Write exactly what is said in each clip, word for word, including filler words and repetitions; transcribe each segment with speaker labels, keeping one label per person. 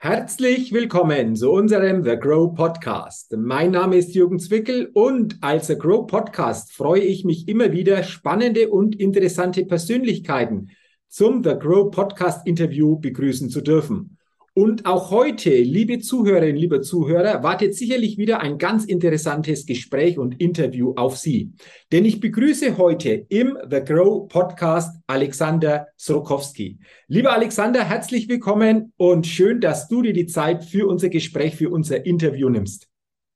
Speaker 1: Herzlich willkommen zu unserem The Grow Podcast. Mein Name ist Jürgen Zwickel und als The Grow Podcast freue ich mich immer wieder, spannende und interessante Persönlichkeiten zum The Grow Podcast Interview begrüßen zu dürfen. Und auch heute, liebe Zuhörerinnen, liebe Zuhörer, wartet sicherlich wieder ein ganz interessantes Gespräch und Interview auf Sie. Denn ich begrüße heute im The Grow Podcast Alexander Srockowski. Lieber Alexander, herzlich willkommen und schön, dass du dir die Zeit für unser Gespräch, für unser Interview nimmst.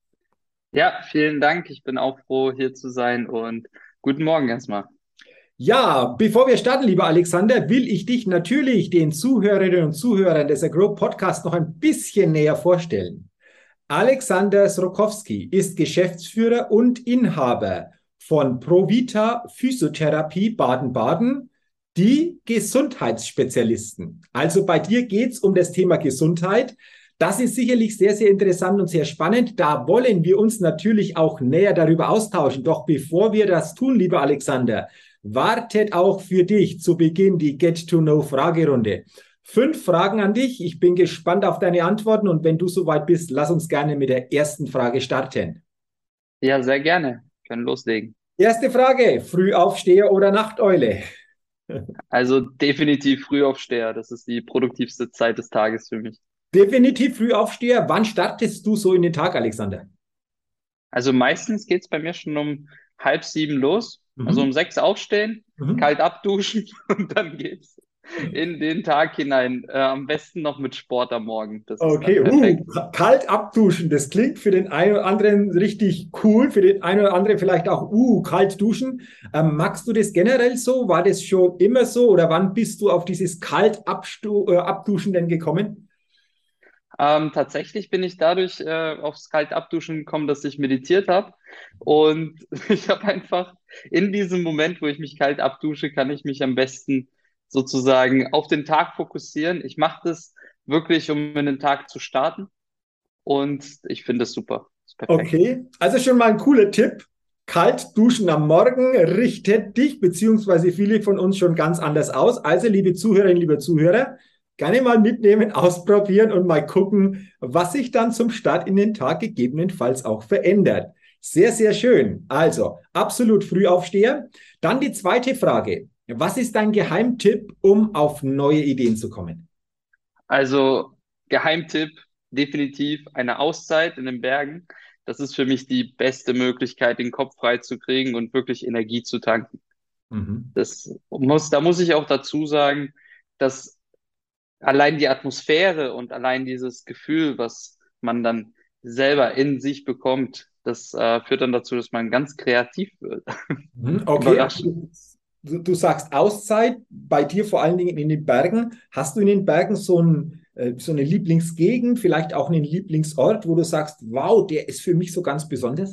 Speaker 2: Ja, vielen Dank. Ich bin auch froh, hier zu sein und guten Morgen erstmal.
Speaker 1: Ja, bevor wir starten, lieber Alexander, will ich dich natürlich den Zuhörerinnen und Zuhörern des Agro Podcast noch ein bisschen näher vorstellen. Alexander Srockowski ist Geschäftsführer und Inhaber von Provita Physiotherapie Baden-Baden, die Gesundheitsspezialisten. Also bei dir geht es um das Thema Gesundheit. Das ist sicherlich sehr, sehr interessant und sehr spannend. Da wollen wir uns natürlich auch näher darüber austauschen. Doch bevor wir das tun, lieber Alexander, wartet auch für dich zu Beginn die Get-to-Know-Fragerunde. Fünf Fragen an dich. Ich bin gespannt auf deine Antworten und wenn du soweit bist, lass uns gerne mit der ersten Frage starten.
Speaker 2: Ja, sehr gerne. Wir können loslegen.
Speaker 1: Erste Frage, Frühaufsteher oder Nachteule?
Speaker 2: Also definitiv Frühaufsteher. Das ist die produktivste Zeit des Tages für mich.
Speaker 1: Definitiv Frühaufsteher. Wann startest du so in den Tag, Alexander?
Speaker 2: Also meistens geht's bei mir schon um halb sieben los. Also
Speaker 1: Mhm.
Speaker 2: um sechs aufstehen,
Speaker 1: Mhm.
Speaker 2: kalt abduschen und dann geht's in den Tag hinein. Äh, am besten noch mit Sport am Morgen. Das ist dann
Speaker 1: Okay, uh,
Speaker 2: perfekt.
Speaker 1: kalt abduschen, das klingt für den einen oder anderen richtig cool, für den einen oder anderen vielleicht auch, uh, kalt duschen. Ähm, magst du das generell so? War das schon immer so oder wann bist du auf dieses kalt Abstu äh, Abduschen denn gekommen?
Speaker 2: Ähm, tatsächlich bin ich dadurch äh, aufs kalte Abduschen gekommen, dass ich meditiert habe. Und ich habe einfach in diesem Moment, wo ich mich kalt abdusche, kann ich mich am besten sozusagen auf den Tag fokussieren. Ich mache das wirklich, um in den Tag zu starten. Und ich finde es super. Ist perfekt.
Speaker 1: Okay, also schon mal ein cooler Tipp. Kalt duschen am Morgen richtet dich beziehungsweise viele von uns schon ganz anders aus. Also, liebe Zuhörerinnen, liebe Zuhörer, gerne mal mitnehmen, ausprobieren und mal gucken, was sich dann zum Start in den Tag gegebenenfalls auch verändert. Sehr, sehr schön. Also, absolut Frühaufsteher. Dann die zweite Frage. Was ist dein Geheimtipp, um auf neue Ideen zu kommen?
Speaker 2: Also Geheimtipp, definitiv eine Auszeit in den Bergen. Das ist für mich die beste Möglichkeit, den Kopf frei zu kriegen und wirklich Energie zu tanken.
Speaker 1: Mhm.
Speaker 2: Das muss, da muss ich auch dazu sagen, dass allein die Atmosphäre und allein dieses Gefühl, was man dann selber in sich bekommt, das äh, führt dann dazu, dass man ganz kreativ wird.
Speaker 1: Mhm. Okay,
Speaker 2: Überraschend.
Speaker 1: also du, du sagst Auszeit, bei dir vor allen Dingen in den Bergen. Hast du in den Bergen so, ein, äh, so eine Lieblingsgegend, vielleicht auch einen Lieblingsort, wo du sagst, wow, der ist für mich so ganz besonders?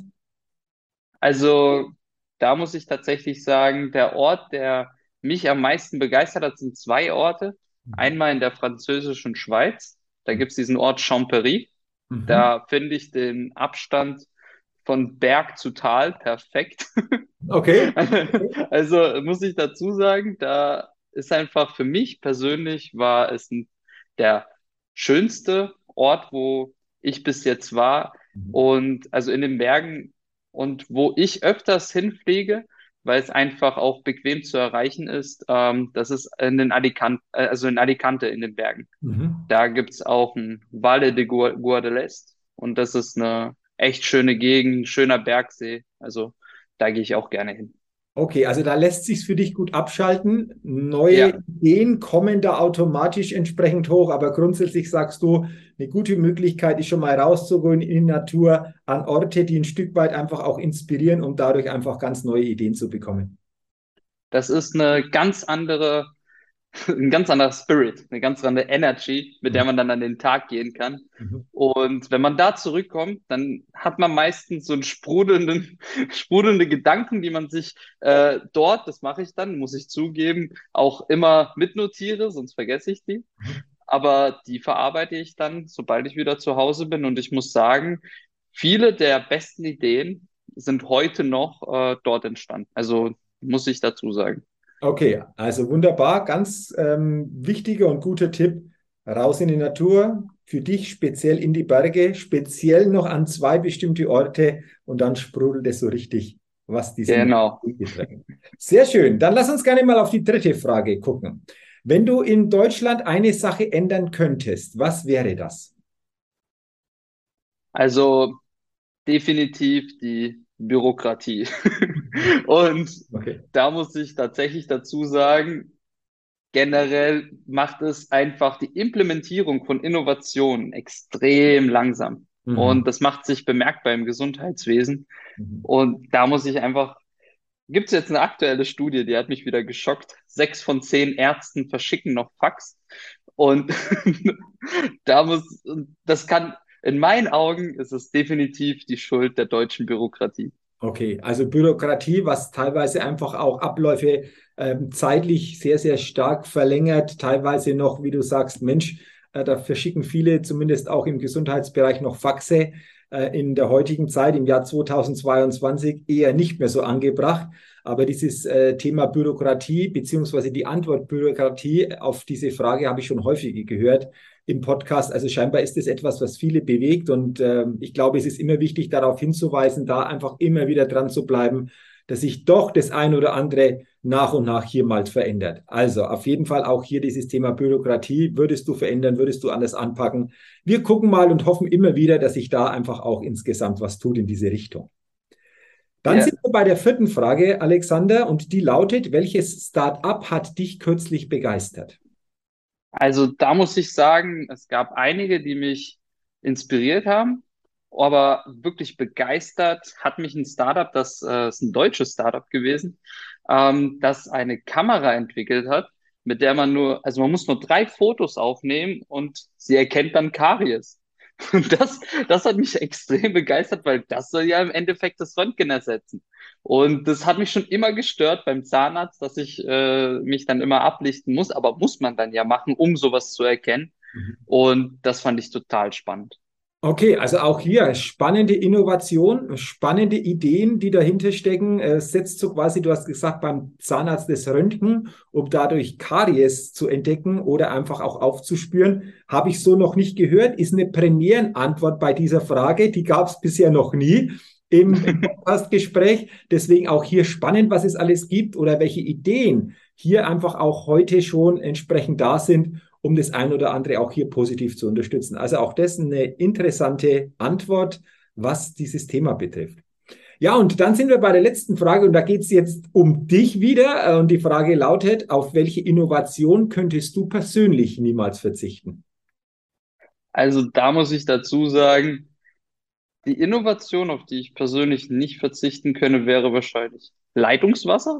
Speaker 2: Also da muss ich tatsächlich sagen, der Ort, der mich am meisten begeistert hat, sind zwei Orte.
Speaker 1: Mhm.
Speaker 2: Einmal in der französischen Schweiz, da gibt's diesen Ort Champéry.
Speaker 1: Mhm.
Speaker 2: Da finde ich den Abstand von Berg zu Tal perfekt.
Speaker 1: Okay.
Speaker 2: Also muss ich dazu sagen, da ist einfach für mich persönlich war es ein, der schönste Ort, wo ich bis jetzt war.
Speaker 1: Mhm.
Speaker 2: Und also in den Bergen und wo ich öfters hinfliege, weil es einfach auch bequem zu erreichen ist, ähm, das ist in den Alicante, äh, also in Alicante in den Bergen.
Speaker 1: Mhm.
Speaker 2: Da gibt's auch ein Valle de Gu- Guadalest und das ist eine echt schöne Gegend, schöner Bergsee. Also da gehe ich auch gerne hin.
Speaker 1: Okay, also da lässt sich für dich gut abschalten. Neue
Speaker 2: Ja,
Speaker 1: Ideen kommen da automatisch entsprechend hoch, aber grundsätzlich sagst du, eine gute Möglichkeit ist schon mal rauszugehen in die Natur, an Orte, die ein Stück weit einfach auch inspirieren, um dadurch einfach ganz neue Ideen zu bekommen.
Speaker 2: das ist eine ganz andere, ein ganz anderer Spirit, eine ganz andere Energy, mit der
Speaker 1: Mhm.
Speaker 2: man dann an den Tag gehen kann.
Speaker 1: Mhm.
Speaker 2: Und wenn man da zurückkommt, dann hat man meistens so einen sprudelnden, sprudelnde Gedanken, die man sich äh, dort, das mache ich dann, muss ich zugeben, auch immer mitnotiere, sonst vergesse ich die. Aber die verarbeite ich dann, sobald ich wieder zu Hause bin. Und ich muss sagen, viele der besten Ideen sind heute noch äh, dort entstanden. Also muss ich dazu sagen.
Speaker 1: Okay, also wunderbar, ganz ähm, wichtiger und guter Tipp. Raus in die Natur, für dich speziell in die Berge, speziell noch an zwei bestimmte Orte und dann sprudelt es so richtig, was diesen
Speaker 2: Genau.
Speaker 1: Weg betrifft. Sehr schön. Dann lass uns gerne mal auf die dritte Frage gucken. Wenn du in Deutschland eine Sache ändern könntest, was wäre das?
Speaker 2: Also definitiv die Bürokratie. Und
Speaker 1: Okay.
Speaker 2: da muss ich tatsächlich dazu sagen, generell macht es einfach die Implementierung von Innovationen extrem langsam.
Speaker 1: Mhm.
Speaker 2: Und das macht sich bemerkbar im Gesundheitswesen.
Speaker 1: Mhm.
Speaker 2: Und da muss ich einfach, gibt es jetzt eine aktuelle Studie, die hat mich wieder geschockt. Sechs von zehn Ärzten verschicken noch Fax. Und da muss, das kann, in meinen Augen ist es definitiv die Schuld der deutschen Bürokratie.
Speaker 1: Okay, also Bürokratie, was teilweise einfach auch Abläufe ähm, zeitlich sehr, sehr stark verlängert, teilweise noch, wie du sagst, Mensch, äh, da verschicken viele, zumindest auch im Gesundheitsbereich, noch Faxe. Äh, in der heutigen Zeit, im Jahr zweitausendzweiundzwanzig, eher nicht mehr so angebracht. Aber dieses äh, Thema Bürokratie beziehungsweise die Antwort Bürokratie auf diese Frage habe ich schon häufig gehört im Podcast. Also scheinbar ist es etwas, was viele bewegt. Und äh, ich glaube, es ist immer wichtig, darauf hinzuweisen, da einfach immer wieder dran zu bleiben, dass sich doch das ein oder andere nach und nach hier mal verändert. Also auf jeden Fall auch hier dieses Thema Bürokratie. Würdest du verändern, würdest du anders anpacken? Wir gucken mal und hoffen immer wieder, dass sich da einfach auch insgesamt was tut in diese Richtung. Dann
Speaker 2: Ja,
Speaker 1: sind wir bei der vierten Frage, Alexander, und die lautet: Welches Start-up hat dich kürzlich begeistert?
Speaker 2: also da muss ich sagen, es gab einige, die mich inspiriert haben, aber wirklich begeistert hat mich ein Startup, das äh, ist ein deutsches Startup gewesen, ähm, das eine Kamera entwickelt hat, mit der man nur, also man muss nur drei Fotos aufnehmen und sie erkennt dann Karies. Und das, das hat mich extrem begeistert, weil das soll ja im Endeffekt das Röntgen ersetzen. Und das hat mich schon immer gestört beim Zahnarzt, dass ich äh, mich dann immer ablichten muss, aber muss man dann ja machen, um sowas zu erkennen. Und das fand ich total spannend.
Speaker 1: Okay, also auch hier spannende Innovation, spannende Ideen, die dahinter stecken. Es setzt so quasi, du hast gesagt, beim Zahnarzt das Röntgen, um dadurch Karies zu entdecken oder einfach auch aufzuspüren. Habe ich so noch nicht gehört. Ist eine Premierenantwort bei dieser Frage. Die gab es bisher noch nie im, im Podcast-Gespräch. Deswegen auch hier spannend, was es alles gibt oder welche Ideen hier einfach auch heute schon entsprechend da sind, um das ein oder andere auch hier positiv zu unterstützen. Also auch das eine interessante Antwort, was dieses Thema betrifft. Ja, und dann sind wir bei der letzten Frage und da geht es jetzt um dich wieder. Und die Frage lautet: Auf welche Innovation könntest du persönlich niemals verzichten?
Speaker 2: Also da muss ich dazu sagen, die Innovation, auf die ich persönlich nicht verzichten könne, wäre wahrscheinlich Leitungswasser.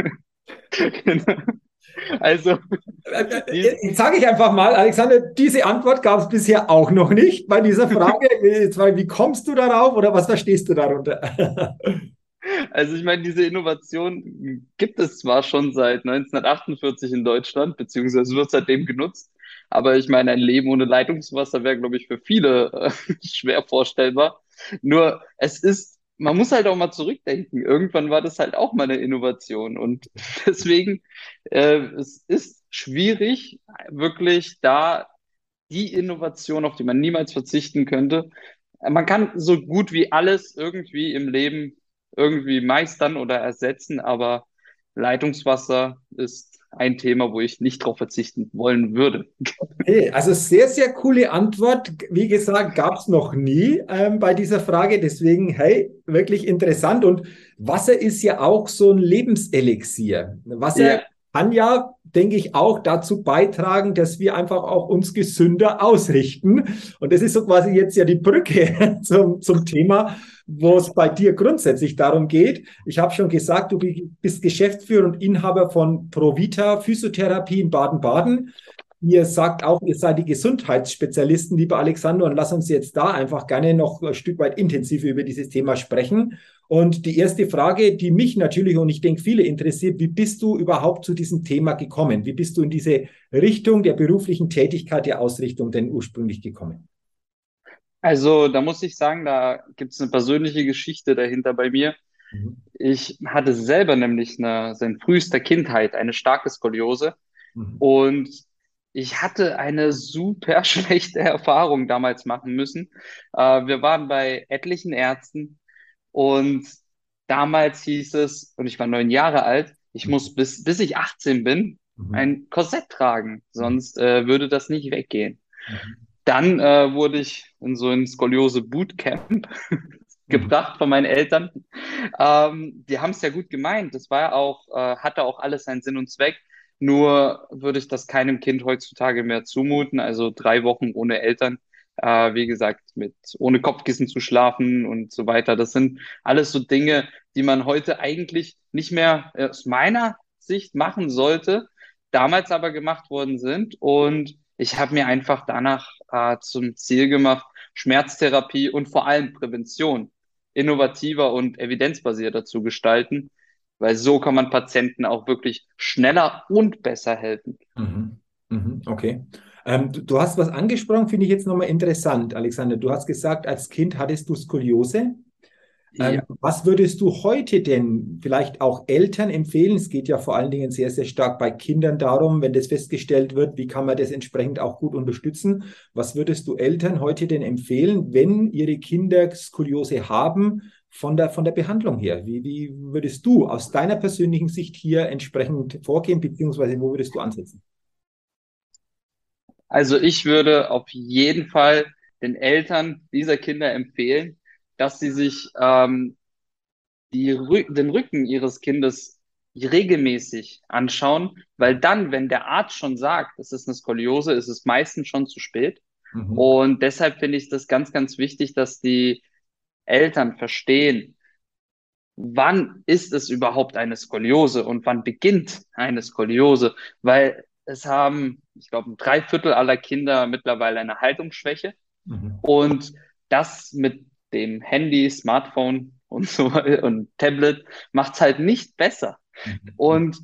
Speaker 2: Genau. Also, dies,
Speaker 1: Jetzt sage ich einfach mal, Alexander, diese Antwort gab es bisher auch noch nicht bei dieser Frage. Jetzt, wie kommst du darauf oder was verstehst du darunter?
Speaker 2: also ich meine, diese Innovation gibt es zwar schon seit neunzehnhundertachtundvierzig in Deutschland, beziehungsweise wird seitdem genutzt, aber ich meine, ein Leben ohne Leitungswasser wäre, glaube ich, für viele äh, schwer vorstellbar. Nur es ist, man muss halt auch mal zurückdenken. Irgendwann war das halt auch mal eine Innovation und deswegen, äh, es ist schwierig, wirklich da die Innovation, auf die man niemals verzichten könnte. Man kann so gut wie alles irgendwie im Leben irgendwie meistern oder ersetzen, aber Leitungswasser ist ein Thema, wo ich nicht drauf verzichten wollen würde.
Speaker 1: Okay, also sehr, sehr coole Antwort. Wie gesagt, gab es noch nie ähm, bei dieser Frage. Deswegen, hey, wirklich interessant. Und Wasser ist ja auch so ein Lebenselixier. Wasser
Speaker 2: Ja,
Speaker 1: kann ja, denke ich, auch dazu beitragen, dass wir einfach auch uns gesünder ausrichten. Und das ist so quasi jetzt ja die Brücke zum, zum Thema, wo es bei dir grundsätzlich darum geht. Ich habe schon gesagt, du bist Geschäftsführer und Inhaber von Provita Physiotherapie in Baden-Baden. Ihr sagt auch, ihr seid die Gesundheitsspezialisten, lieber Alexander, und lass uns jetzt da einfach gerne noch ein Stück weit intensiver über dieses Thema sprechen. Und die erste Frage, die mich natürlich und ich denke viele interessiert: Wie bist du überhaupt zu diesem Thema gekommen? Wie bist du in diese Richtung der beruflichen Tätigkeit, der Ausrichtung denn ursprünglich gekommen?
Speaker 2: also da muss ich sagen, da gibt es eine persönliche Geschichte dahinter bei mir.
Speaker 1: Mhm.
Speaker 2: Ich hatte selber nämlich eine, seit frühester Kindheit eine starke Skoliose
Speaker 1: Mhm.
Speaker 2: und ich hatte eine super schlechte Erfahrung damals machen müssen. Äh, wir waren bei etlichen Ärzten und damals hieß es, und ich war neun Jahre alt, ich muss bis, bis ich achtzehn bin,
Speaker 1: Mhm.
Speaker 2: ein Korsett tragen,
Speaker 1: Mhm.
Speaker 2: sonst äh, würde das nicht weggehen.
Speaker 1: Mhm.
Speaker 2: Dann äh, wurde ich in so ein Skoliose-Bootcamp
Speaker 1: Mhm.
Speaker 2: gebracht von meinen Eltern. Ähm, die haben es ja gut gemeint. Das war ja auch, äh, hatte auch alles seinen Sinn und Zweck. Nur würde ich das keinem Kind heutzutage mehr zumuten. Also drei Wochen ohne Eltern, äh, wie gesagt, mit ohne Kopfkissen zu schlafen und so weiter. Das sind alles so Dinge, die man heute eigentlich nicht mehr äh, aus meiner Sicht machen sollte, damals aber gemacht worden sind. Und ich habe mir einfach danach äh, zum Ziel gemacht, Schmerztherapie und vor allem Prävention innovativer und evidenzbasierter zu gestalten, weil so kann man Patienten auch wirklich schneller und besser helfen.
Speaker 1: Mhm. Mhm. Okay. Ähm, du, du hast was angesprochen, finde ich jetzt nochmal interessant, Alexander. Du hast gesagt, als Kind hattest du Skoliose. Ähm,
Speaker 2: Ja.
Speaker 1: was würdest du heute denn vielleicht auch Eltern empfehlen? Es geht ja vor allen Dingen sehr, sehr stark bei Kindern darum, wenn das festgestellt wird, wie kann man das entsprechend auch gut unterstützen? Was würdest du Eltern heute denn empfehlen, wenn ihre Kinder Skoliose haben, von der, von der Behandlung her? Wie, wie würdest du aus deiner persönlichen Sicht hier entsprechend vorgehen, beziehungsweise wo würdest du ansetzen?
Speaker 2: Also ich würde auf jeden Fall den Eltern dieser Kinder empfehlen, dass sie sich ähm, die Rü den Rücken ihres Kindes regelmäßig anschauen, weil dann, wenn der Arzt schon sagt, es ist eine Skoliose, ist es meistens schon zu spät.
Speaker 1: Mhm.
Speaker 2: Und deshalb finde ich das ganz, ganz wichtig, dass die Eltern verstehen, wann ist es überhaupt eine Skoliose und wann beginnt eine Skoliose? Weil es haben, ich glaube, ein Dreiviertel aller Kinder mittlerweile eine Haltungsschwäche
Speaker 1: Mhm.
Speaker 2: und das mit dem Handy, Smartphone und so und Tablet macht es halt nicht besser.
Speaker 1: Mhm.
Speaker 2: Und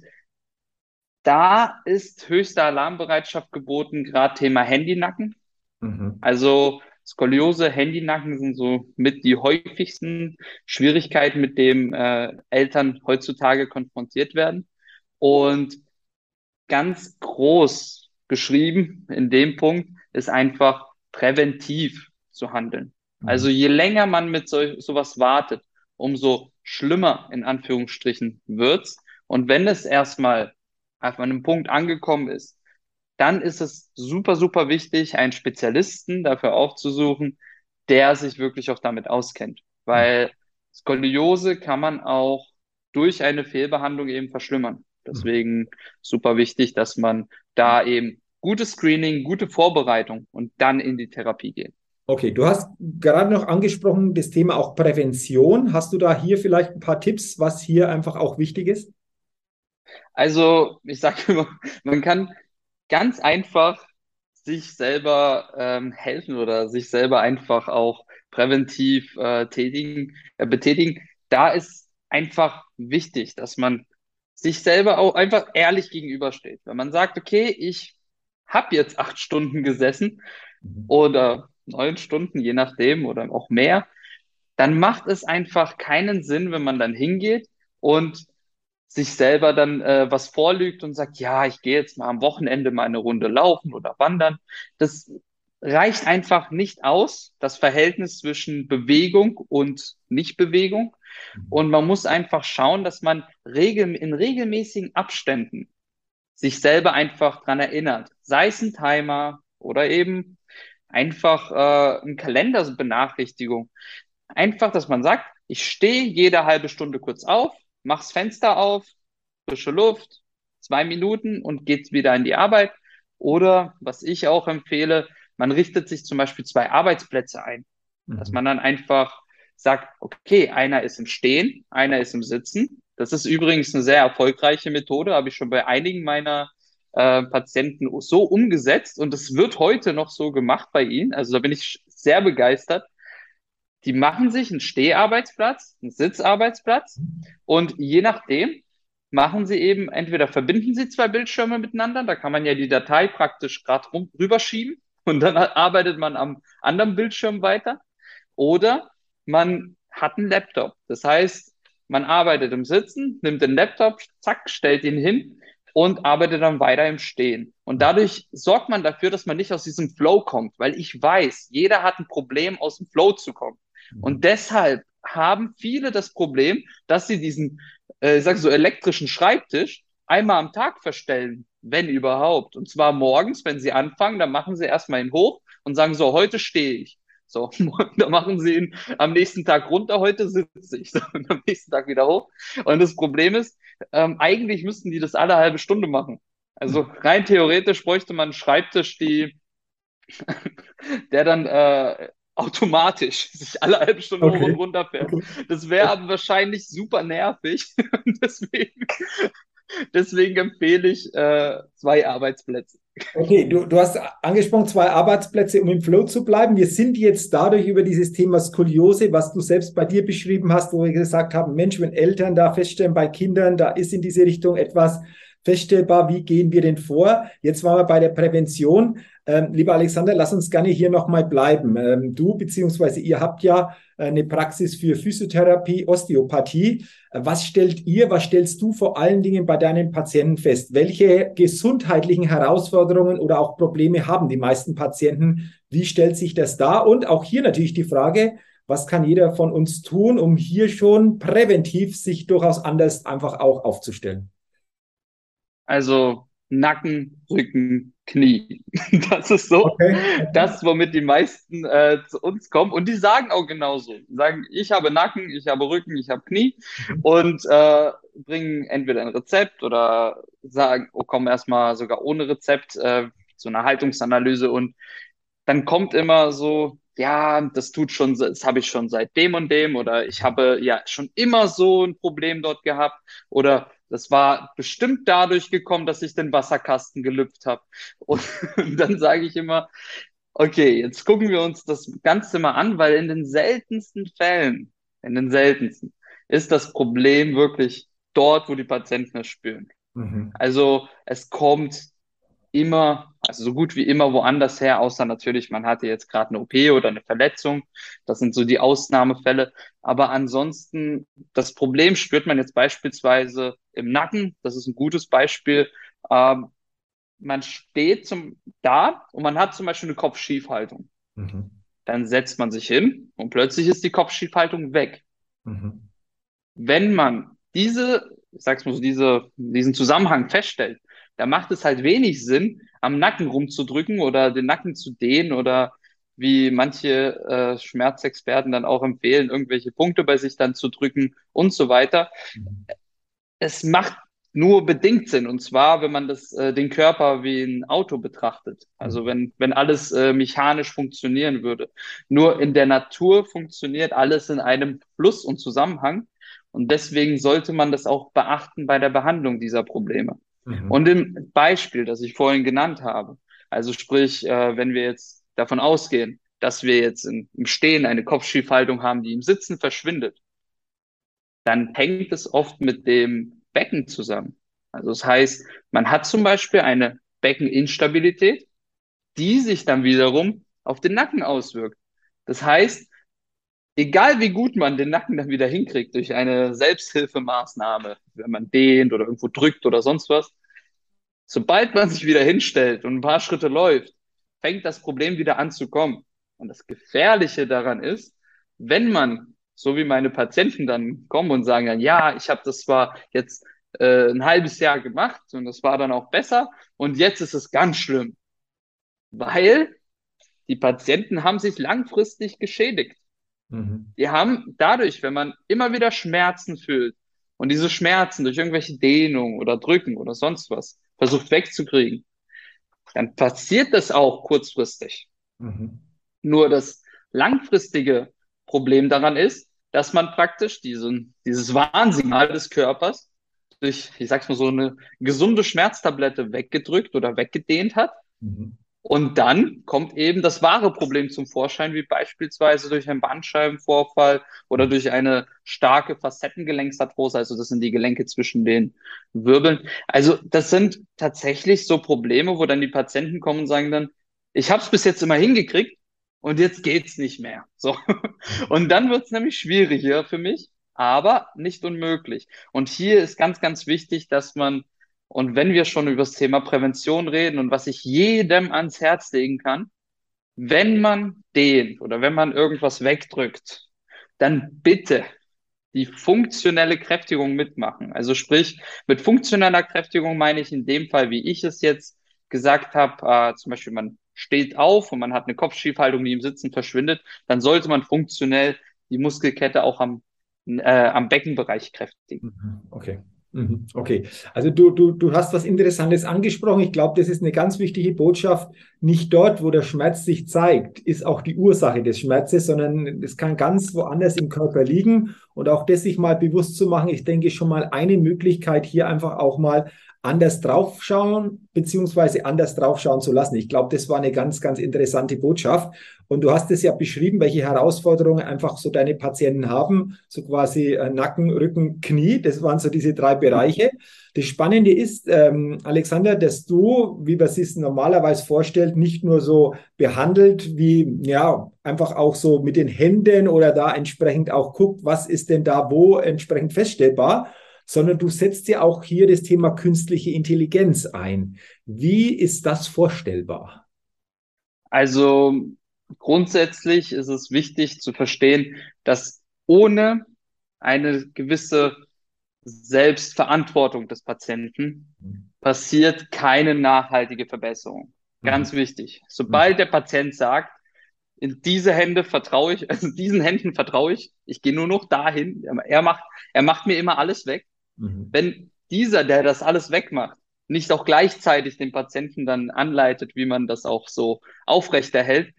Speaker 2: da ist höchste Alarmbereitschaft geboten, gerade Thema Handynacken.
Speaker 1: Mhm.
Speaker 2: Also Skoliose, Handynacken sind so mit die häufigsten Schwierigkeiten, mit denen äh, Eltern heutzutage konfrontiert werden. Und ganz groß geschrieben in dem Punkt ist einfach präventiv zu handeln.
Speaker 1: Mhm.
Speaker 2: Also je länger man mit so, sowas wartet, umso schlimmer in Anführungsstrichen wird's. Und wenn es erstmal auf einem Punkt angekommen ist, dann ist es super, super wichtig, einen Spezialisten dafür aufzusuchen, der sich wirklich auch damit auskennt.
Speaker 1: Mhm.
Speaker 2: Weil Skoliose kann man auch durch eine Fehlbehandlung eben verschlimmern.
Speaker 1: Mhm.
Speaker 2: Deswegen super wichtig, dass man da eben gutes Screening, gute Vorbereitung und dann in die Therapie geht.
Speaker 1: Okay, du hast gerade noch angesprochen, das Thema auch Prävention. Hast du da hier vielleicht ein paar Tipps, was hier einfach auch wichtig ist?
Speaker 2: Also, ich sage immer, man kann ganz einfach sich selber ähm, helfen oder sich selber einfach auch präventiv äh, tätigen, äh, betätigen. Da ist einfach wichtig, dass man sich selber auch einfach ehrlich gegenübersteht. Wenn man sagt, okay, ich habe jetzt acht Stunden gesessen
Speaker 1: Mhm.
Speaker 2: oder neun Stunden, je nachdem, oder auch mehr, dann macht es einfach keinen Sinn, wenn man dann hingeht und sich selber dann äh, was vorlügt und sagt, ja, ich gehe jetzt mal am Wochenende mal eine Runde laufen oder wandern. Das reicht einfach nicht aus, das Verhältnis zwischen Bewegung und Nichtbewegung.
Speaker 1: Mhm.
Speaker 2: Und man muss einfach schauen, dass man regel in regelmäßigen Abständen sich selber einfach dran erinnert. Sei es ein Timer oder eben einfach äh, eine Kalenderbenachrichtigung. Einfach, dass man sagt, ich stehe jede halbe Stunde kurz auf, mach's Fenster auf, frische Luft, zwei Minuten und geht wieder in die Arbeit. Oder was ich auch empfehle, man richtet sich zum Beispiel zwei Arbeitsplätze ein, dass
Speaker 1: Mhm.
Speaker 2: man dann einfach sagt, okay, einer ist im Stehen, einer ist im Sitzen. Das ist übrigens eine sehr erfolgreiche Methode, habe ich schon bei einigen meiner äh, Patienten so umgesetzt und es wird heute noch so gemacht bei ihnen. Also da bin ich sehr begeistert. Die machen sich einen Steharbeitsplatz, einen Sitzarbeitsplatz und je nachdem machen sie eben, entweder verbinden sie zwei Bildschirme miteinander, da kann man ja die Datei praktisch gerade rüberschieben und dann arbeitet man am anderen Bildschirm weiter. Oder man hat einen Laptop. Das heißt, man arbeitet im Sitzen, nimmt den Laptop, zack, stellt ihn hin, und arbeite dann weiter im Stehen. Und dadurch sorgt man dafür, dass man nicht aus diesem Flow kommt, weil ich weiß, jeder hat ein Problem, aus dem Flow zu kommen.
Speaker 1: Mhm.
Speaker 2: Und deshalb haben viele das Problem, dass sie diesen, äh, ich sag so, elektrischen Schreibtisch einmal am Tag verstellen, wenn überhaupt. Und zwar morgens, wenn sie anfangen, dann machen sie erstmal ihn hoch und sagen so, heute stehe ich. So, da machen sie ihn am nächsten Tag runter, heute sitze ich. So, und am nächsten Tag wieder hoch. Und das Problem ist, ähm, eigentlich müssten die das alle halbe Stunde machen. Also rein theoretisch bräuchte man einen Schreibtisch, die, der dann äh, automatisch sich alle halbe Stunde hoch und
Speaker 1: Okay.
Speaker 2: runter fährt.
Speaker 1: Okay.
Speaker 2: Das wäre aber wahrscheinlich super nervig. deswegen, deswegen empfehle ich äh, zwei Arbeitsplätze.
Speaker 1: Okay, du, du hast angesprochen, zwei Arbeitsplätze, um im Flow zu bleiben. Wir sind jetzt dadurch über dieses Thema Skoliose, was du selbst bei dir beschrieben hast, wo wir gesagt haben, Mensch, wenn Eltern da feststellen, bei Kindern, da ist in diese Richtung etwas feststellbar, wie gehen wir denn vor? Jetzt waren wir bei der Prävention. Ähm, lieber Alexander, lass uns gerne hier nochmal bleiben. Ähm, du beziehungsweise ihr habt ja äh, eine Praxis für Physiotherapie, Osteopathie. Äh, Was stellt ihr, was stellst du vor allen Dingen bei deinen Patienten fest? Welche gesundheitlichen Herausforderungen oder auch Probleme haben die meisten Patienten? Wie stellt sich das dar? Und auch hier natürlich die Frage, was kann jeder von uns tun, um hier schon präventiv sich durchaus anders einfach auch aufzustellen?
Speaker 2: Also Nacken, Rücken, Knie. Das ist so
Speaker 1: Okay.
Speaker 2: das, womit die meisten äh, zu uns kommen. Und die sagen auch genauso. Die sagen, ich habe Nacken, ich habe Rücken, ich habe Knie
Speaker 1: Mhm.
Speaker 2: und äh, bringen entweder ein Rezept oder sagen, oh, kommen erstmal sogar ohne Rezept äh, zu einer Haltungsanalyse und dann kommt immer so, ja, das tut schon, das habe ich schon seit dem und dem oder ich habe ja schon immer so ein Problem dort gehabt oder das war bestimmt dadurch gekommen, dass ich den Wasserkasten gelüpft habe. Und dann sage ich immer, okay, jetzt gucken wir uns das Ganze mal an, weil in den seltensten Fällen, in den seltensten, ist das Problem wirklich dort, wo die Patienten es spüren.
Speaker 1: Mhm.
Speaker 2: Also es kommt immer, also so gut wie immer woanders her, außer natürlich, man hatte jetzt gerade eine O P oder eine Verletzung. Das sind so die Ausnahmefälle. Aber ansonsten, das Problem spürt man jetzt beispielsweise im Nacken. Das ist ein gutes Beispiel. Ähm, man steht zum, da und man hat zum Beispiel eine Kopfschiefhaltung.
Speaker 1: Mhm.
Speaker 2: Dann setzt man sich hin und plötzlich ist die Kopfschiefhaltung weg.
Speaker 1: Mhm.
Speaker 2: Wenn man diese, ich sag's mal so, diese, diesen Zusammenhang feststellt, da macht es halt wenig Sinn, am Nacken rumzudrücken oder den Nacken zu dehnen oder wie manche äh, Schmerzexperten dann auch empfehlen, irgendwelche Punkte bei sich dann zu drücken und so weiter.
Speaker 1: Mhm.
Speaker 2: Es macht nur bedingt Sinn, und zwar, wenn man das, äh, den Körper wie ein Auto betrachtet. Also
Speaker 1: Mhm.
Speaker 2: wenn, wenn alles äh, mechanisch funktionieren würde. Nur in der Natur funktioniert alles in einem Fluss und Zusammenhang. Und deswegen sollte man das auch beachten bei der Behandlung dieser Probleme.
Speaker 1: Mhm.
Speaker 2: Und im Beispiel, das ich vorhin genannt habe, also sprich, äh, wenn wir jetzt davon ausgehen, dass wir jetzt in, im Stehen eine Kopfschiefhaltung haben, die im Sitzen verschwindet, dann hängt es oft mit dem Becken zusammen. Also das heißt, man hat zum Beispiel eine Beckeninstabilität, die sich dann wiederum auf den Nacken auswirkt. Das heißt, egal wie gut man den Nacken dann wieder hinkriegt durch eine Selbsthilfemaßnahme, wenn man dehnt oder irgendwo drückt oder sonst was, sobald man sich wieder hinstellt und ein paar Schritte läuft, fängt das Problem wieder an zu kommen. Und das Gefährliche daran ist, wenn man, so wie meine Patienten dann kommen und sagen dann, ja, ich habe das zwar jetzt äh, ein halbes Jahr gemacht und das war dann auch besser und jetzt ist es ganz schlimm, weil die Patienten haben sich langfristig geschädigt.
Speaker 1: Mhm.
Speaker 2: Die haben dadurch, wenn man immer wieder Schmerzen fühlt und diese Schmerzen durch irgendwelche Dehnung oder Drücken oder sonst was versucht wegzukriegen, dann passiert das auch kurzfristig.
Speaker 1: Mhm.
Speaker 2: Nur das langfristige Problem daran ist, dass man praktisch diesen, dieses Warnsignal des Körpers durch, ich sag's mal so, eine gesunde Schmerztablette weggedrückt oder weggedehnt hat.
Speaker 1: Mhm.
Speaker 2: Und dann kommt eben das wahre Problem zum Vorschein, wie beispielsweise durch einen Bandscheibenvorfall oder
Speaker 1: Mhm.
Speaker 2: durch eine starke Facettengelenksarthrose, also das sind die Gelenke zwischen den Wirbeln. Also das sind tatsächlich so Probleme, wo dann die Patienten kommen und sagen dann, ich habe es bis jetzt immer hingekriegt und jetzt geht's nicht mehr. So. Und dann wird's nämlich schwieriger für mich, aber nicht unmöglich. Und hier ist ganz, ganz wichtig, dass man Und wenn wir schon über das Thema Prävention reden und was ich jedem ans Herz legen kann, wenn man dehnt oder wenn man irgendwas wegdrückt, dann bitte die funktionelle Kräftigung mitmachen. Also sprich, mit funktioneller Kräftigung meine ich in dem Fall, wie ich es jetzt gesagt habe, äh, zum Beispiel man steht auf und man hat eine Kopfschiefhaltung, die im Sitzen verschwindet, dann sollte man funktionell die Muskelkette auch am, äh, am Beckenbereich kräftigen.
Speaker 1: Mhm. Okay. Mhm. Okay. Also du, du, du hast was Interessantes angesprochen. Ich glaube, das ist eine ganz wichtige Botschaft. Nicht dort, wo der Schmerz sich zeigt, ist auch die Ursache des Schmerzes, sondern es kann ganz woanders im Körper liegen. Und auch das sich mal bewusst zu machen, ich denke schon mal eine Möglichkeit, hier einfach auch mal anders draufschauen, beziehungsweise anders draufschauen zu lassen. Ich glaube, das war eine ganz, ganz interessante Botschaft. Und du hast es ja beschrieben, welche Herausforderungen einfach so deine Patienten haben, so quasi äh, Nacken, Rücken, Knie. Das waren so diese drei Bereiche. Das Spannende ist, ähm, Alexander, dass du, wie man es sich normalerweise vorstellt, nicht nur so behandelt, wie ja einfach auch so mit den Händen oder da entsprechend auch guckt, was ist denn da wo entsprechend feststellbar, sondern du setzt ja auch hier das Thema künstliche Intelligenz ein. Wie ist das vorstellbar?
Speaker 2: Also grundsätzlich ist es wichtig zu verstehen, dass ohne eine gewisse Selbstverantwortung des Patienten passiert keine nachhaltige Verbesserung.
Speaker 1: Mhm.
Speaker 2: Ganz wichtig.
Speaker 1: Mhm.
Speaker 2: Sobald der Patient sagt, in diese Hände vertraue ich, also diesen Händen vertraue ich, ich gehe nur noch dahin, er macht, er macht mir immer alles weg.
Speaker 1: Mhm.
Speaker 2: Wenn dieser, der das alles wegmacht, nicht auch gleichzeitig den Patienten dann anleitet, wie man das auch so aufrechterhält,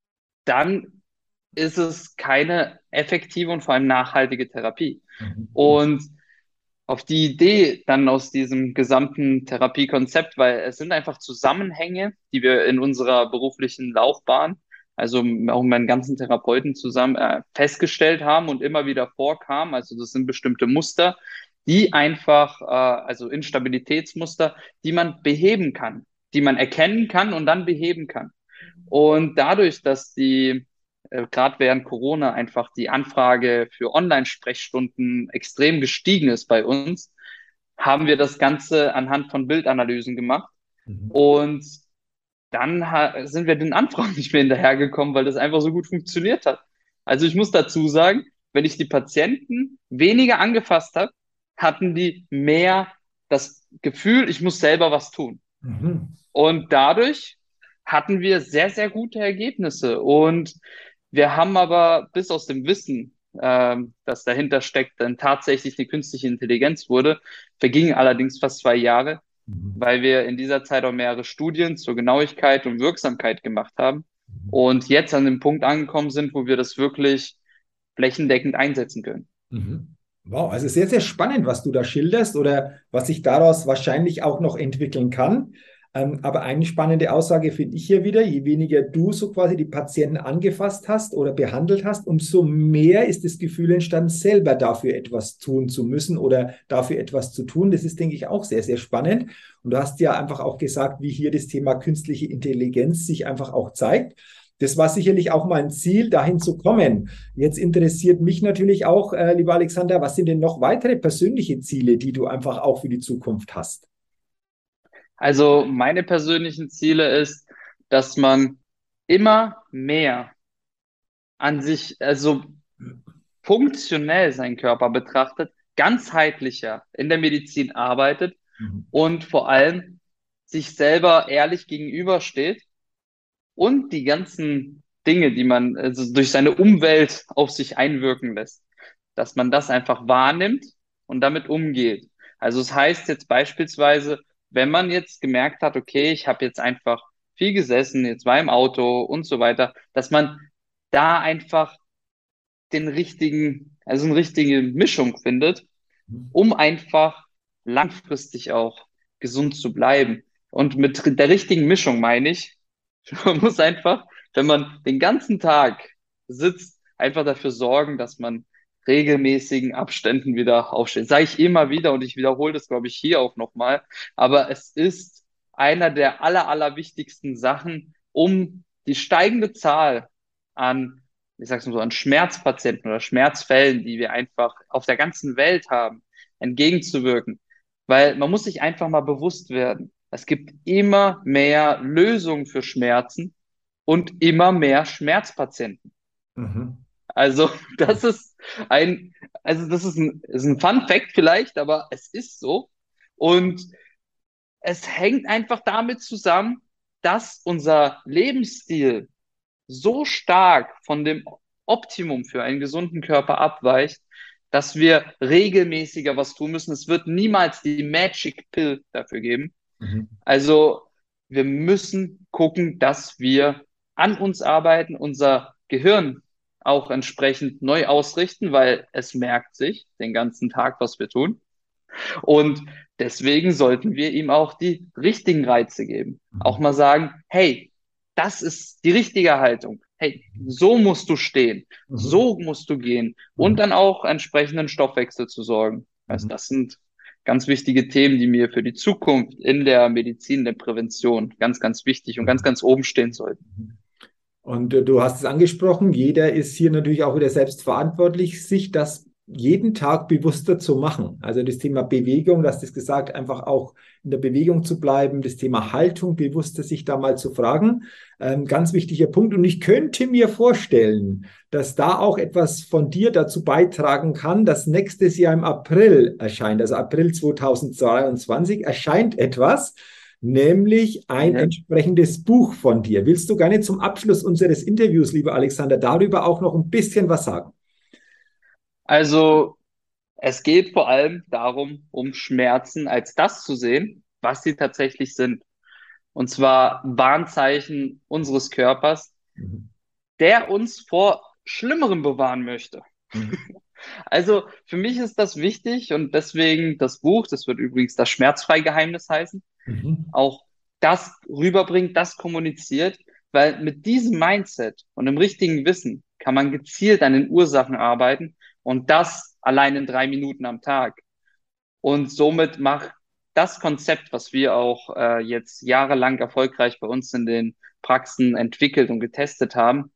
Speaker 2: dann ist es keine effektive und vor allem nachhaltige Therapie.
Speaker 1: Mhm.
Speaker 2: Und auf die Idee dann aus diesem gesamten Therapiekonzept, weil es sind einfach Zusammenhänge, die wir in unserer beruflichen Laufbahn, also auch mit meinen ganzen Therapeuten zusammen äh, festgestellt haben und immer wieder vorkamen. Also das sind bestimmte Muster, die einfach, äh, also Instabilitätsmuster, die man beheben kann, die man erkennen kann und dann beheben kann. Und dadurch, dass die äh, gerade während Corona einfach die Anfrage für Online-Sprechstunden extrem gestiegen ist bei uns, haben wir das Ganze anhand von Bildanalysen gemacht.
Speaker 1: Mhm.
Speaker 2: Und dann ha- sind wir den Anfragen nicht mehr hinterhergekommen, weil das einfach so gut funktioniert hat. Also ich muss dazu sagen, wenn ich die Patienten weniger angefasst habe, hatten die mehr das Gefühl, ich muss selber was tun.
Speaker 1: Mhm.
Speaker 2: Und dadurch hatten wir sehr, sehr gute Ergebnisse. Und wir haben aber bis aus dem Wissen, ähm, das dahinter steckt, dann tatsächlich eine künstliche Intelligenz wurde, vergingen allerdings fast zwei Jahre,
Speaker 1: Mhm.
Speaker 2: weil wir in dieser Zeit auch mehrere Studien zur Genauigkeit und Wirksamkeit gemacht haben und jetzt an dem Punkt angekommen sind, wo wir das wirklich flächendeckend einsetzen können.
Speaker 1: Mhm. Wow, also sehr, sehr spannend, was du da schilderst oder was sich daraus wahrscheinlich auch noch entwickeln kann. Ähm, aber eine spannende Aussage finde ich hier wieder, je weniger du so quasi die Patienten angefasst hast oder behandelt hast, umso mehr ist das Gefühl entstanden, selber dafür etwas tun zu müssen oder dafür etwas zu tun. Das ist, denke ich, auch sehr, sehr spannend. Und du hast ja einfach auch gesagt, wie hier das Thema künstliche Intelligenz sich einfach auch zeigt. Das war sicherlich auch mal ein Ziel, dahin zu kommen. Jetzt interessiert mich natürlich auch, äh, lieber Alexander, was sind denn noch weitere persönliche Ziele, die du einfach auch für die Zukunft hast?
Speaker 2: Also meine persönlichen Ziele ist, dass man immer mehr an sich, also funktionell seinen Körper betrachtet, ganzheitlicher in der Medizin arbeitet
Speaker 1: Mhm.
Speaker 2: und vor allem sich selber ehrlich gegenübersteht und die ganzen Dinge, die man also durch seine Umwelt auf sich einwirken lässt, dass man das einfach wahrnimmt und damit umgeht. Also es heißt jetzt beispielsweise, wenn man jetzt gemerkt hat, okay, ich habe jetzt einfach viel gesessen, jetzt war im Auto und so weiter, dass man da einfach den richtigen, also eine richtige Mischung findet, um einfach langfristig auch gesund zu bleiben. Und mit der richtigen Mischung meine ich, man muss einfach, wenn man den ganzen Tag sitzt, einfach dafür sorgen, dass man regelmäßigen Abständen wieder aufsteht. Sage ich immer wieder und ich wiederhole das, glaube ich, hier auch nochmal. Aber es ist einer der aller, aller wichtigsten Sachen, um die steigende Zahl an, ich sag's mal so, an Schmerzpatienten oder Schmerzfällen, die wir einfach auf der ganzen Welt haben, entgegenzuwirken. Weil man muss sich einfach mal bewusst werden, es gibt immer mehr Lösungen für Schmerzen und immer mehr Schmerzpatienten.
Speaker 1: Mhm.
Speaker 2: Also das ist ein, also das ist ein, ist ein Fun Fact vielleicht, aber es ist so. Und es hängt einfach damit zusammen, dass unser Lebensstil so stark von dem Optimum für einen gesunden Körper abweicht, dass wir regelmäßiger was tun müssen. Es wird niemals die Magic Pill dafür geben.
Speaker 1: Mhm.
Speaker 2: Also wir müssen gucken, dass wir an uns arbeiten, unser Gehirn auch entsprechend neu ausrichten, weil es merkt sich den ganzen Tag, was wir tun. Und deswegen sollten wir ihm auch die richtigen Reize geben. Auch
Speaker 1: Mhm.
Speaker 2: mal sagen, hey, das ist die richtige Haltung. Hey, so musst du stehen,
Speaker 1: Mhm.
Speaker 2: so musst du gehen und
Speaker 1: Mhm.
Speaker 2: dann auch entsprechenden Stoffwechsel zu sorgen. Also
Speaker 1: Mhm.
Speaker 2: das sind ganz wichtige Themen, die mir für die Zukunft in der Medizin, der Prävention ganz, ganz wichtig und ganz,
Speaker 1: Mhm.
Speaker 2: ganz oben stehen sollten.
Speaker 1: Und äh, du hast es angesprochen, jeder ist hier natürlich auch wieder selbst verantwortlich, sich das jeden Tag bewusster zu machen. Also das Thema Bewegung, du hast es gesagt, einfach auch in der Bewegung zu bleiben, das Thema Haltung, bewusster sich da mal zu fragen. Ähm, ganz wichtiger Punkt. Und ich könnte mir vorstellen, dass da auch etwas von dir dazu beitragen kann, dass nächstes Jahr im April erscheint, also April zweitausendzweiundzwanzig erscheint etwas, nämlich ein
Speaker 2: Ja.
Speaker 1: entsprechendes Buch von dir. Willst du gerne zum Abschluss unseres Interviews, lieber Alexander, darüber auch noch ein bisschen was sagen?
Speaker 2: Also es geht vor allem darum, um Schmerzen als das zu sehen, was sie tatsächlich sind. Und zwar Warnzeichen unseres Körpers,
Speaker 1: Mhm.
Speaker 2: der uns vor Schlimmerem bewahren möchte.
Speaker 1: Mhm.
Speaker 2: Also für mich ist das wichtig und deswegen das Buch, das wird übrigens das Schmerzfreigeheimnis heißen,
Speaker 1: Mhm.
Speaker 2: auch das rüberbringt, das kommuniziert, weil mit diesem Mindset und dem richtigen Wissen kann man gezielt an den Ursachen arbeiten und das allein in drei Minuten am Tag. Und somit macht das Konzept, was wir auch äh, jetzt jahrelang erfolgreich bei uns in den Praxen entwickelt und getestet haben,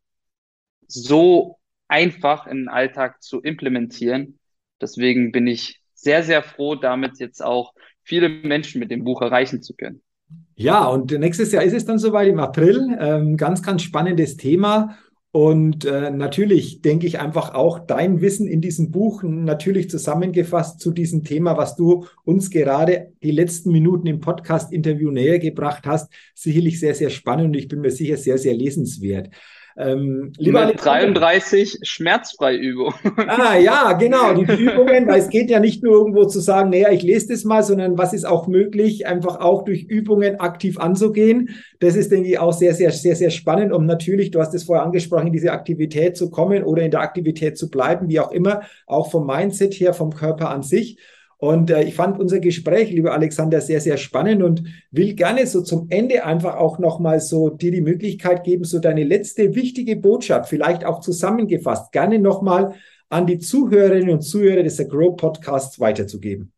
Speaker 2: so einfach in den Alltag zu implementieren. Deswegen bin ich sehr, sehr froh, damit jetzt auch viele Menschen mit dem Buch erreichen zu können.
Speaker 1: Ja, und nächstes Jahr ist es dann soweit im April. Ähm, ganz, ganz spannendes Thema. Und äh, natürlich denke ich einfach auch dein Wissen in diesem Buch natürlich zusammengefasst zu diesem Thema, was du uns gerade die letzten Minuten im Podcast-Interview näher gebracht hast, sicherlich sehr, sehr spannend und ich bin mir sicher sehr, sehr lesenswert. Ähm, lieber
Speaker 2: Mit
Speaker 1: Alexander,
Speaker 2: dreiunddreißig Schmerzfreiübungen.
Speaker 1: ah ja, genau, diese Übungen, weil es geht ja nicht nur irgendwo zu sagen, naja, ich lese das mal, sondern was ist auch möglich, einfach auch durch Übungen aktiv anzugehen. Das ist, denke ich, auch sehr, sehr, sehr, sehr spannend, um natürlich, du hast es vorher angesprochen, in diese Aktivität zu kommen oder in der Aktivität zu bleiben, wie auch immer, auch vom Mindset her, vom Körper an sich. Und äh, ich fand unser Gespräch, lieber Alexander, sehr, sehr spannend und will gerne so zum Ende einfach auch nochmal so dir die Möglichkeit geben, so deine letzte wichtige Botschaft, vielleicht auch zusammengefasst, gerne nochmal an die Zuhörerinnen und Zuhörer des Grow Podcasts weiterzugeben?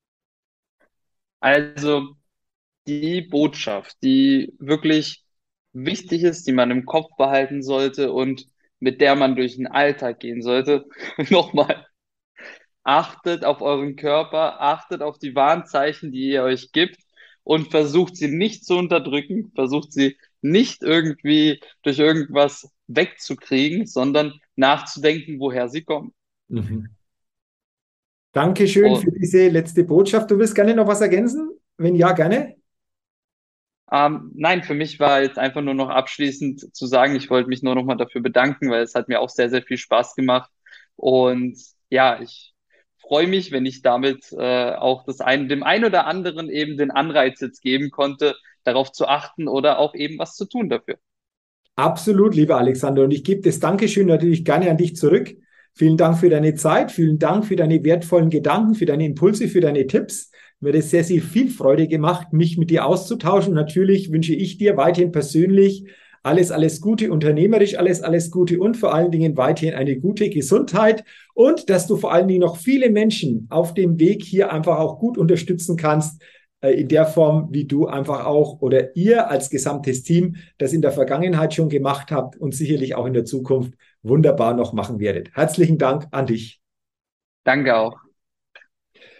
Speaker 2: Also die Botschaft, die wirklich wichtig ist, die man im Kopf behalten sollte und mit der man durch den Alltag gehen sollte. Nochmal, achtet auf euren Körper, achtet auf die Warnzeichen, die ihr euch gibt und versucht sie nicht zu unterdrücken, versucht sie nicht irgendwie durch irgendwas wegzukriegen, sondern nachzudenken, woher sie kommen.
Speaker 1: Mhm. Dankeschön für
Speaker 2: Und
Speaker 1: diese letzte Botschaft. Du willst gerne noch was ergänzen? Wenn ja, gerne.
Speaker 2: Ähm, nein, für mich war jetzt einfach nur noch abschließend zu sagen, ich wollte mich nur noch mal dafür bedanken, weil es hat mir auch sehr, sehr viel Spaß gemacht. Und ja, ich freue mich, wenn ich damit äh, auch das ein, dem einen oder anderen eben den Anreiz jetzt geben konnte, darauf zu achten oder auch eben was zu tun dafür.
Speaker 1: Absolut, lieber Alexander. Und ich gebe das Dankeschön natürlich gerne an dich zurück. Vielen Dank für deine Zeit, vielen Dank für deine wertvollen Gedanken, für deine Impulse, für deine Tipps. Mir hat es sehr, sehr viel Freude gemacht, mich mit dir auszutauschen. Natürlich wünsche ich dir weiterhin persönlich alles, alles Gute, unternehmerisch alles, alles Gute und vor allen Dingen weiterhin eine gute Gesundheit und dass du vor allen Dingen noch viele Menschen auf dem Weg hier einfach auch gut unterstützen kannst, in der Form, wie du einfach auch oder ihr als gesamtes Team das in der Vergangenheit schon gemacht habt und sicherlich auch in der Zukunft wunderbar noch machen werdet. Herzlichen Dank an dich.
Speaker 2: Danke auch.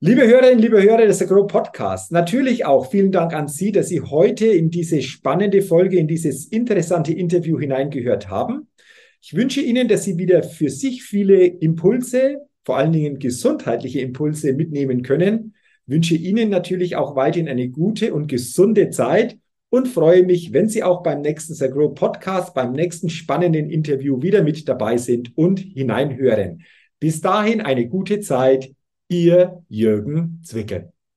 Speaker 1: Liebe Hörerinnen, liebe Hörer des Agro Podcasts, natürlich auch vielen Dank an Sie, dass Sie heute in diese spannende Folge, in dieses interessante Interview hineingehört haben. Ich wünsche Ihnen, dass Sie wieder für sich viele Impulse, vor allen Dingen gesundheitliche Impulse mitnehmen können. Ich wünsche Ihnen natürlich auch weiterhin eine gute und gesunde Zeit und freue mich, wenn Sie auch beim nächsten Agro Podcast, beim nächsten spannenden Interview wieder mit dabei sind und hineinhören. Bis dahin eine gute Zeit. Ihr Jürgen Zwickel.